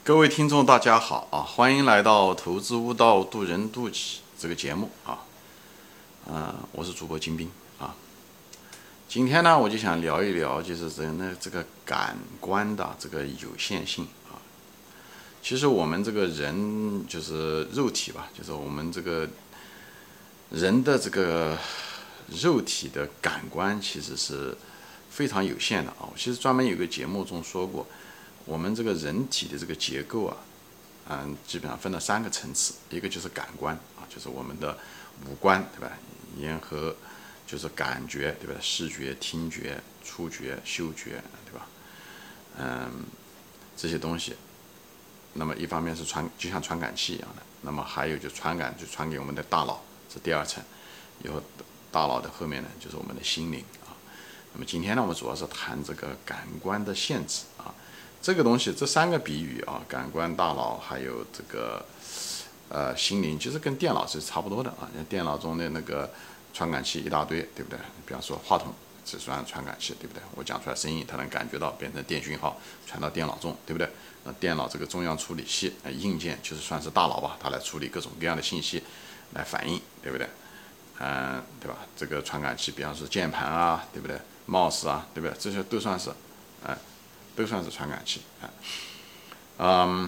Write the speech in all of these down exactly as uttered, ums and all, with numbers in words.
各位听众，大家好啊！欢迎来到《投资悟道，渡人渡己》这个节目啊。嗯、呃，我是主播金兵啊。今天呢，我就想聊一聊，就是人的这个感官的这个有限性啊。其实我们这个人就是肉体吧，就是我们这个人的这个肉体的感官其实是非常有限的啊。其实专门有个节目中说过。我们这个人体的这个结构啊，嗯，基本上分了三个层次，一个就是感官啊，就是我们的五官，对吧？眼和就是感觉，对吧？视觉、听觉、触觉、嗅觉，对吧？嗯，这些东西。那么一方面是传，就像传感器一样的，那么还有就传感就传给我们的大脑，是第二层。以后大脑的后面呢，就是我们的心灵啊。那么今天呢，我们主要是谈这个感官的限制啊。这个东西，这三个比喻啊，感官、大脑还有这个呃心灵，其实跟电脑是差不多的啊。电脑中的那个传感器一大堆，对不对？比方说话筒，这算传感器，对不对？我讲出来声音，它能感觉到，变成电讯号传到电脑中，对不对？那电脑这个中央处理器，呃、硬件就是算是大脑吧，它来处理各种各样的信息，来反应，对不对？嗯、呃，对吧？这个传感器，比方说键盘啊，对不对？mouse 啊，对不对？这些都算是，呃都算是传感器啊。嗯，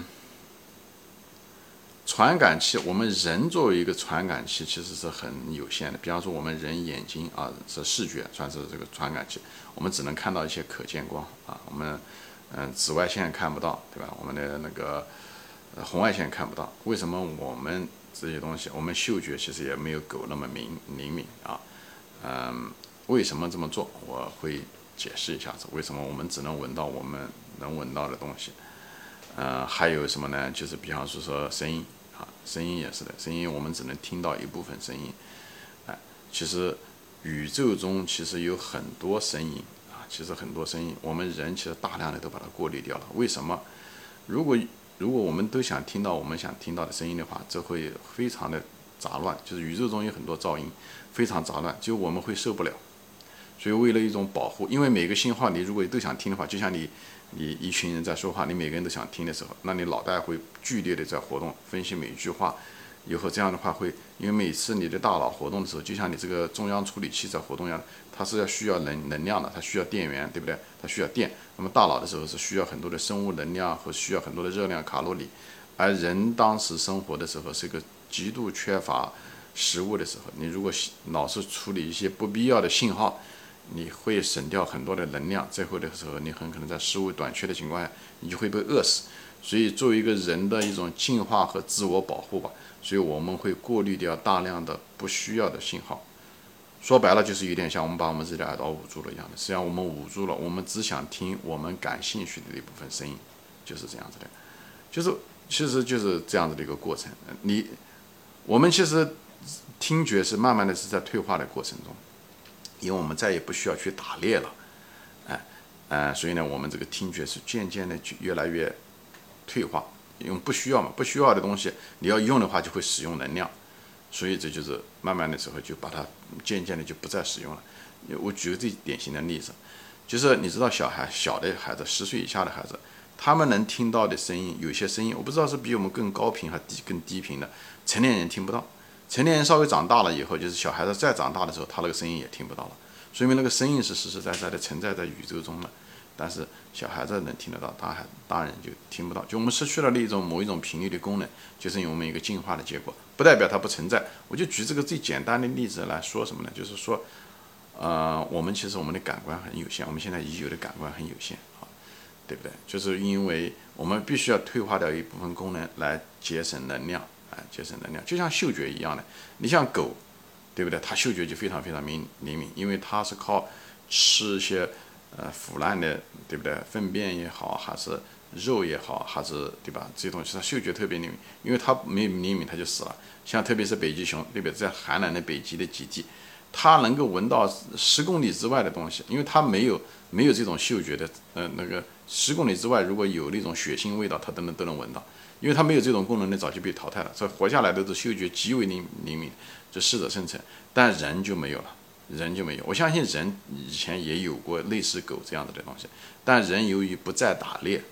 传感器，我们人作为一个传感器，其实是很有限的。比方说，我们人眼睛啊是视觉，算是这个传感器，我们只能看到一些可见光啊。我们嗯紫外线看不到，对吧？我们的那个呃红外线看不到。为什么我们这些东西，我们嗅觉其实也没有狗那么敏灵敏啊？嗯，为什么这么做？我会解释一下子，为什么我们只能闻到我们能闻到的东西。呃，还有什么呢？就是比方说说声音啊，声音也是的，声音我们只能听到一部分声音。哎、呃，其实宇宙中其实有很多声音啊，其实很多声音，我们人其实大量的都把它过滤掉了。为什么？如果如果我们都想听到我们想听到的声音的话，这会非常的杂乱。就是宇宙中有很多噪音，非常杂乱，就我们会受不了。所以为了一种保护，因为每个信号你如果都想听的话，就像你你一群人在说话，你每个人都想听的时候，那你脑袋会剧烈的在活动，分析每一句话。以后这样的话会，因为每次你的大脑活动的时候，就像你这个中央处理器在活动一样，它是要需要能能量的，它需要电源，对不对？它需要电。那么大脑的时候是需要很多的生物能量和需要很多的热量卡路里，而人当时生活的时候是一个极度缺乏食物的时候，你如果老是处理一些不必要的信号，你会省掉很多的能量，最后的时候你很可能在食物短缺的情况下，你就会被饿死。所以作为一个人的一种进化和自我保护吧，所以我们会过滤掉大量的不需要的信号。说白了就是有点像我们把我们自己的耳朵捂住了一样的，实际上我们捂住了，我们只想听我们感兴趣的一部分声音，就是这样子的，就是其实就是这样子的一个过程。你我们其实听觉是慢慢的是在退化的过程中，因为我们再也不需要去打猎了，哎，呃，所以呢，我们这个听觉是渐渐的就越来越退化，因为不需要嘛，不需要的东西你要用的话就会使用能量，所以这就是慢慢的时候就把它渐渐的就不再使用了。我举个最典型的例子，就是你知道小孩小的孩子十岁以下的孩子，他们能听到的声音，有些声音我不知道是比我们更高频还低更低频的，成年人听不到。成年人稍微长大了以后，就是小孩子再长大的时候，他那个声音也听不到了，说明那个声音是实实在在的存在在宇宙中的。但是小孩子能听得到，大孩大人就听不到，就我们失去了那种某一种频率的功能，就是因为我们一个进化的结果，不代表它不存在。我就举这个最简单的例子来说什么呢？就是说，呃，我们其实我们的感官很有限，我们现在已有的感官很有限啊，对不对？就是因为我们必须要退化掉一部分功能来节省能量。啊，节省能量，就像嗅觉一样的。你像狗，对不对？它嗅觉就非常非常敏灵敏，因为它是靠吃一些呃腐烂的，对不对？粪便也好，还是肉也好，还是对吧？这些东西它嗅觉特别灵敏，因为它没灵敏它就死了。像特别是北极熊，对不对？在寒冷的北极的极地，它能够闻到十公里之外的东西，因为它没有没有这种嗅觉的，呃，那个十公里之外如果有那种血腥味道，它都能都能闻到。因为它没有这种功能的，早就被淘汰了。所以活下来都是嗅觉极为灵灵敏，就适者生存。但人就没有了，人就没有。我相信人以前也有过类似狗这样子的东西，但人由于不再打猎，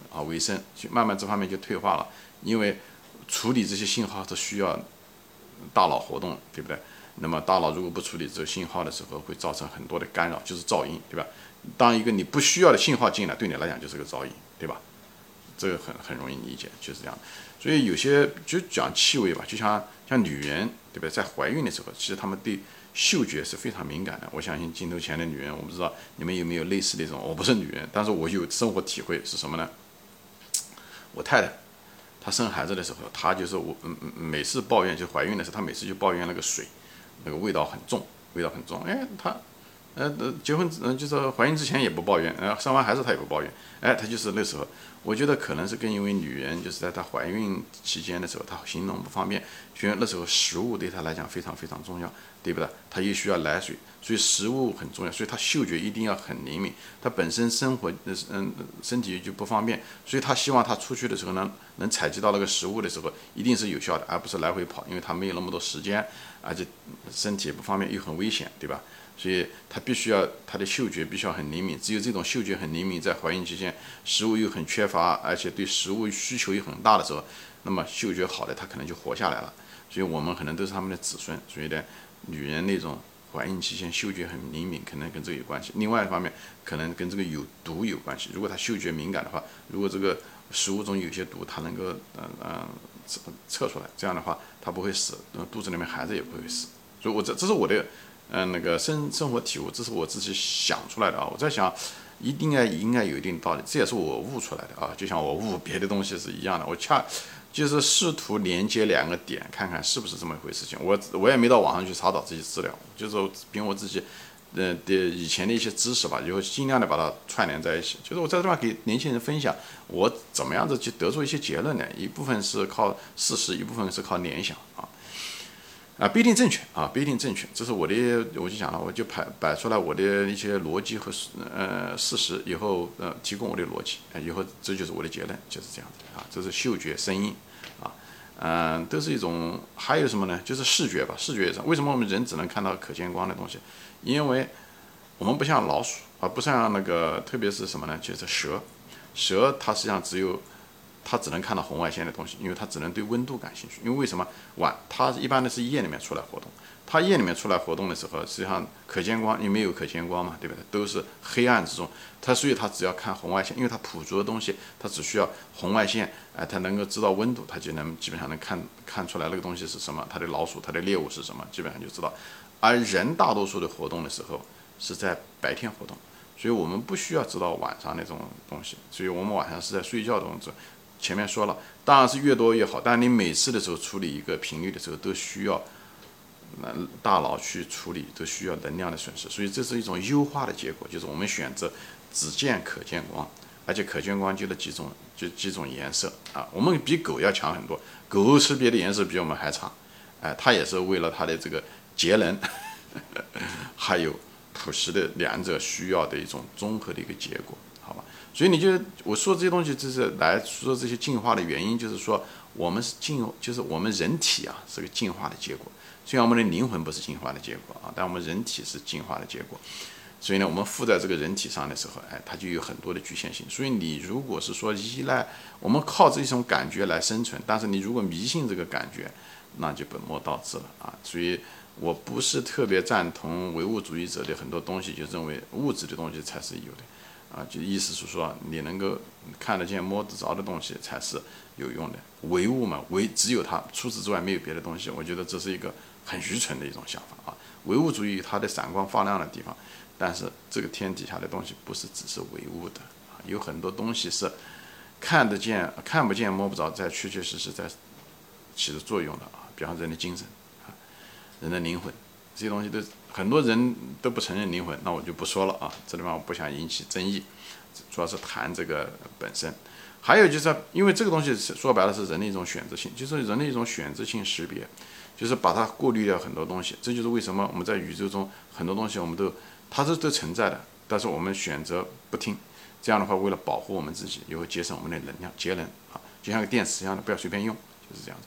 啊为生，就慢慢这方面就退化了，因为处理这些信号是需要大脑活动，对不对？那么大脑如果不处理这个信号的时候，会造成很多的干扰，就是噪音，对吧？当一个你不需要的信号进来，对你来讲就是个噪音，对吧？这个很很容易理解，就是这样。所以有些就讲气味吧，就像像女人，对不对？在怀孕的时候，其实她们对嗅觉是非常敏感的。我相信镜头前的女人，我不知道你们有没有类似的这种，我不是女人，但是我有生活体会是什么呢？我太太她生孩子的时候，她就是我嗯嗯每次抱怨，就怀孕的时候，她每次就抱怨那个水，那个味道很重，味道很重。哎，她呃结婚嗯就是怀孕之前也不抱怨，呃生完孩子她也不抱怨。哎，她就是那时候。我觉得可能是跟因为女人就是在她怀孕期间的时候，她行动不方便，所以那时候食物对她来讲非常非常重要，对不对？她又需要奶水，所以食物很重要，所以她嗅觉一定要很灵敏。她本身生活嗯身体就不方便，所以她希望她出去的时候呢，能采集到那个食物的时候，一定是有效的，而不是来回跑，因为她没有那么多时间，而且身体也不方便，又很危险，对吧？所以她必须要她的嗅觉必须要很灵敏，只有这种嗅觉很灵敏，在怀孕期间食物又很缺乏，而且对食物需求又很大的时候，那么嗅觉好的她可能就活下来了。所以我们可能都是他们的子孙，所以呢，女人那种怀孕期间嗅觉很灵敏，可能跟这个有关系。另外一方面，可能跟这个有毒有关系。如果她嗅觉敏感的话，如果这个食物中有些毒，她能够嗯嗯测测出来，这样的话她不会死，肚子里面孩子也不会死。所以我这这是我的。嗯，那个生生活体悟，这是我自己想出来的啊。我在想，一定该应该有一定道理，这也是我悟出来的啊。就像我悟别的东西是一样的，我恰就是试图连接两个点，看看是不是这么一回事情。我我也没到网上去查找这些资料，就是凭我自己，呃的以前的一些知识吧，以后尽量的把它串联在一起。就是我在这边给年轻人分享，我怎么样子去得出一些结论呢？一部分是靠事实，一部分是靠联想啊。啊，不一定正确啊，不一定正确，这是我的，我就讲了，我就摆摆出来我的一些逻辑和呃事实，以后呃提供我的逻辑，以后这就是我的结论，就是这样子啊，这是嗅觉、声音啊，嗯、呃，都是一种，还有什么呢？就是视觉吧，视觉上，为什么我们人只能看到可见光的东西？因为我们不像老鼠啊，不像那个，特别是什么呢？就是蛇，蛇它实际上只有。它只能看到红外线的东西，因为它只能对温度感兴趣。因为为什么晚？它一般的是夜里面出来活动。它夜里面出来活动的时候，实际上可见光，因为没有可见光嘛，对不对？都是黑暗之中。它所以它只要看红外线，因为它捕捉的东西，它只需要红外线，哎、呃，它能够知道温度，它就能基本上能看看出来那个东西是什么，它的老鼠，它的猎物是什么，基本上就知道。而人大多数的活动的时候是在白天活动，所以我们不需要知道晚上那种东西，所以我们晚上是在睡觉中。前面说了，当然是越多越好，但你每次的时候处理一个频率的时候，都需要大脑去处理，都需要能量的损失，所以这是一种优化的结果，就是我们选择只见可见光，而且可见光就那几种，就几种颜色啊，我们比狗要强很多，狗识别的颜色比我们还差，哎，它也是为了它的这个节能，还有朴实的两者需要的一种综合的一个结果。所以你就我说这些东西，就是来说这些进化的原因，就是说我们是进，就是我们人体啊是个进化的结果。虽然我们的灵魂不是进化的结果啊，但我们人体是进化的结果。所以呢，我们附在这个人体上的时候，哎，它就有很多的局限性。所以你如果是说依赖我们靠这种感觉来生存，但是你如果迷信这个感觉，那就本末倒置了啊。所以我不是特别赞同唯物主义者的很多东西，就认为物质的东西才是有的。啊，就意思是说，你能够看得见、摸得着的东西才是有用的。唯物嘛，唯只有它，除此之外没有别的东西。我觉得这是一个很愚蠢的一种想法啊。唯物主义它的闪光发亮的地方，但是这个天底下的东西不是只是唯物的啊，有很多东西是看得见、看不见、摸不着，在确确实实在起着作用的啊。比方人的精神啊，人的灵魂，这些东西都。很多人都不承认灵魂，那我就不说了啊，这地方我不想引起争议，主要是谈这个本身。还有就是，因为这个东西说白了是人的一种选择性，就是人的一种选择性识别，就是把它过滤掉很多东西。这就是为什么我们在宇宙中很多东西我们都它是都存在的，但是我们选择不听。这样的话，为了保护我们自己，也会节省我们的能量，节能啊，就像个电池一样的，不要随便用，就是这样子。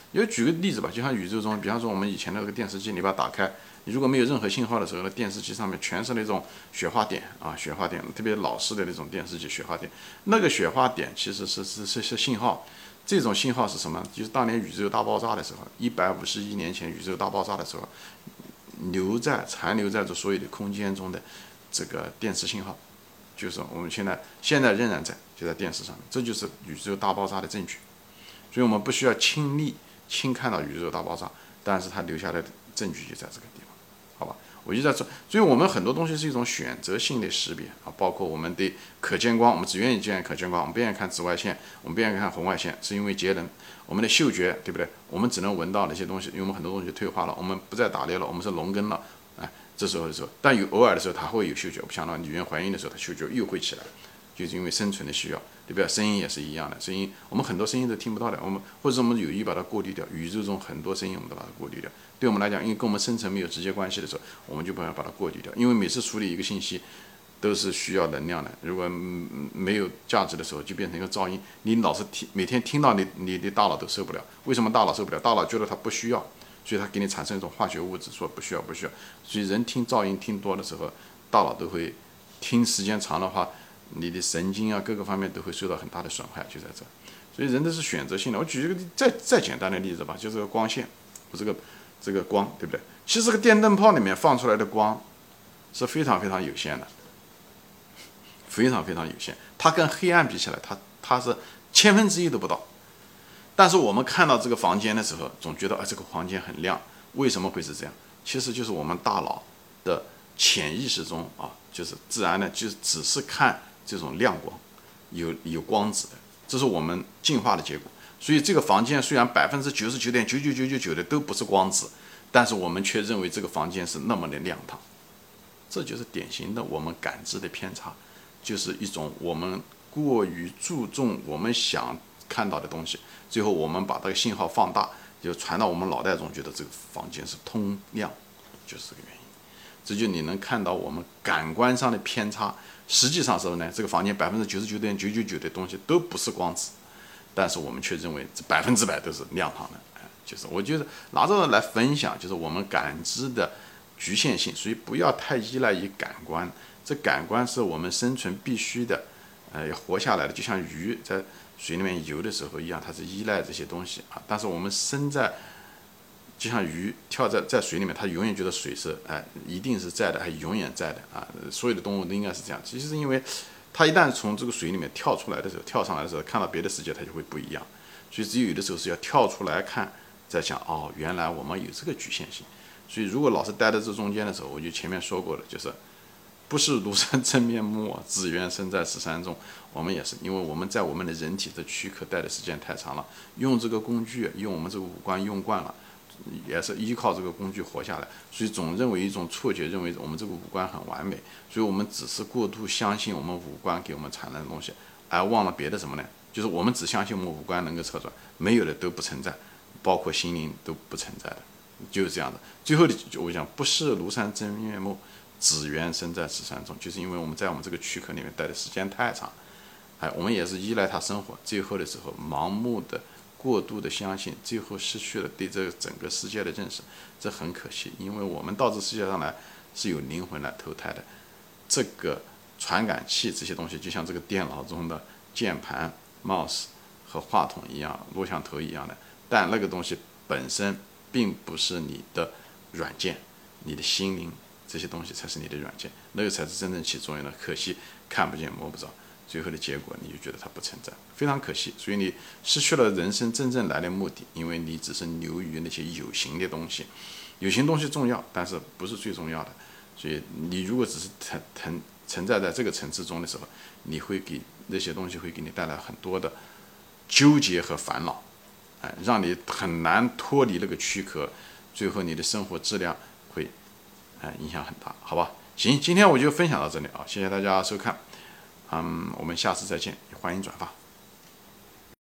因为举个例子吧，就像宇宙中，比方说我们以前的那个电视机，你把它打开，你如果没有任何信号的时候，那电视机上面全是那种雪花点啊，雪花点，特别老式的那种电视机雪花点，那个雪花点其实是是是是信号。这种信号是什么？就是当年宇宙大爆炸的时候，一百五十亿年前宇宙大爆炸的时候，留在残留在这所有的空间中的这个电磁信号，就是我们现在现在仍然在，就在电视上面，这就是宇宙大爆炸的证据。所以我们不需要亲历亲看到宇宙大爆炸，但是它留下来的证据就在这个地方，好吧？我就在这，所以我们很多东西是一种选择性的识别啊，包括我们对可见光，我们只愿意见可见光，我们不愿意看紫外线，我们不愿意看红外线，是因为节能。我们的嗅觉，对不对？我们只能闻到那些东西，因为我们很多东西退化了，我们不再打猎了，我们是农耕了，哎，这时候的时候，但有偶尔的时候它会有嗅觉，不像那女人怀孕的时候，她嗅觉又会起来，就是因为生存的需要，对不对？声音也是一样的，声音我们很多声音都听不到的，我们或者是我们有意把它过滤掉，宇宙中很多声音我们都把它过滤掉。对我们来讲，因为跟我们生存没有直接关系的时候，我们就不要把它过滤掉，因为每次处理一个信息都是需要能量的，如果没有价值的时候，就变成一个噪音。你老是听，每天听到你，你的大脑都受不了。为什么大脑受不了？大脑觉得它不需要，所以它给你产生一种化学物质，说不需要，不需要。所以人听噪音听多的时候，大脑都会听时间长的话，你的神经啊各个方面都会受到很大的损害，就在这。所以人都是选择性的。我举一个再再简单的例子吧，就是个光线，这个这个光，对不对？其实这个电灯泡里面放出来的光是非常非常有限的。非常非常有限，它跟黑暗比起来，它它是千分之一都不到。但是我们看到这个房间的时候，总觉得啊这个房间很亮，为什么会是这样？其实就是我们大脑的潜意识中啊，就是自然的，就是只是看这种亮光，有有光子的，这是我们进化的结果。所以这个房间虽然百分之九十九点九九九九九的都不是光子，但是我们却认为这个房间是那么的亮堂，这就是典型的我们感知的偏差。就是一种我们过于注重我们想看到的东西，最后我们把这个信号放大，就传到我们脑袋中，觉得这个房间是通亮，就是这个原因。这就你能看到我们感官上的偏差，实际上是什么呢？这个房间百分之九十九点九九九的东西都不是光子，但是我们却认为这百分之百都是亮堂的。哎，就是我觉得拿这个来分享，就是我们感知的局限性，所以不要太依赖于感官。这感官是我们生存必须的，呃，要活下来的，就像鱼在水里面游的时候一样，它是依赖这些东西啊。但是我们生在，就像鱼跳在在水里面，它永远觉得水是哎、呃、一定是在的，还永远在的啊。所有的动物都应该是这样。其实是因为它一旦从这个水里面跳出来的时候，跳上来的时候，看到别的世界，它就会不一样。所以只有有的时候是要跳出来看，再想哦，原来我们有这个局限性。所以如果老是待在这中间的时候，我就前面说过了，就是。不是庐山真面目，只缘身在此山中。我们也是，因为我们在我们的人体的躯壳待的时间太长了，用这个工具，用我们这个五官用惯了，也是依靠这个工具活下来，所以总认为一种错觉，认为我们这个五官很完美，所以我们只是过度相信我们五官给我们产生的东西，而忘了别的什么呢？就是我们只相信我们五官能够测转，没有的都不存在，包括心灵都不存在的，就是这样的。最后的我讲，不是庐山真面目。只缘身在此山中，就是因为我们在我们这个躯壳里面待的时间太长，哎，我们也是依赖它生活，最后的时候盲目的、过度的相信，最后失去了对这个整个世界的认识，这很可惜。因为我们到这世界上来是有灵魂来投胎的，这个传感器这些东西，就像这个电脑中的键盘、mouse 和话筒一样，录像头一样的，但那个东西本身并不是你的软件，你的心灵。这些东西才是你的软件，那个才是真正起作用的。可惜看不见摸不着，最后的结果你就觉得它不存在，非常可惜。所以你失去了人生真正来的目的，因为你只是流于那些有形的东西。有形东西重要，但是不是最重要的。所以你如果只是存存存在在这个层次中的时候，你会给那些东西会给你带来很多的纠结和烦恼，哎，让你很难脱离那个躯壳，最后你的生活质量会。哎，影响很大，好吧？行，今天我就分享到这里啊，谢谢大家收看，嗯，我们下次再见，也欢迎转发。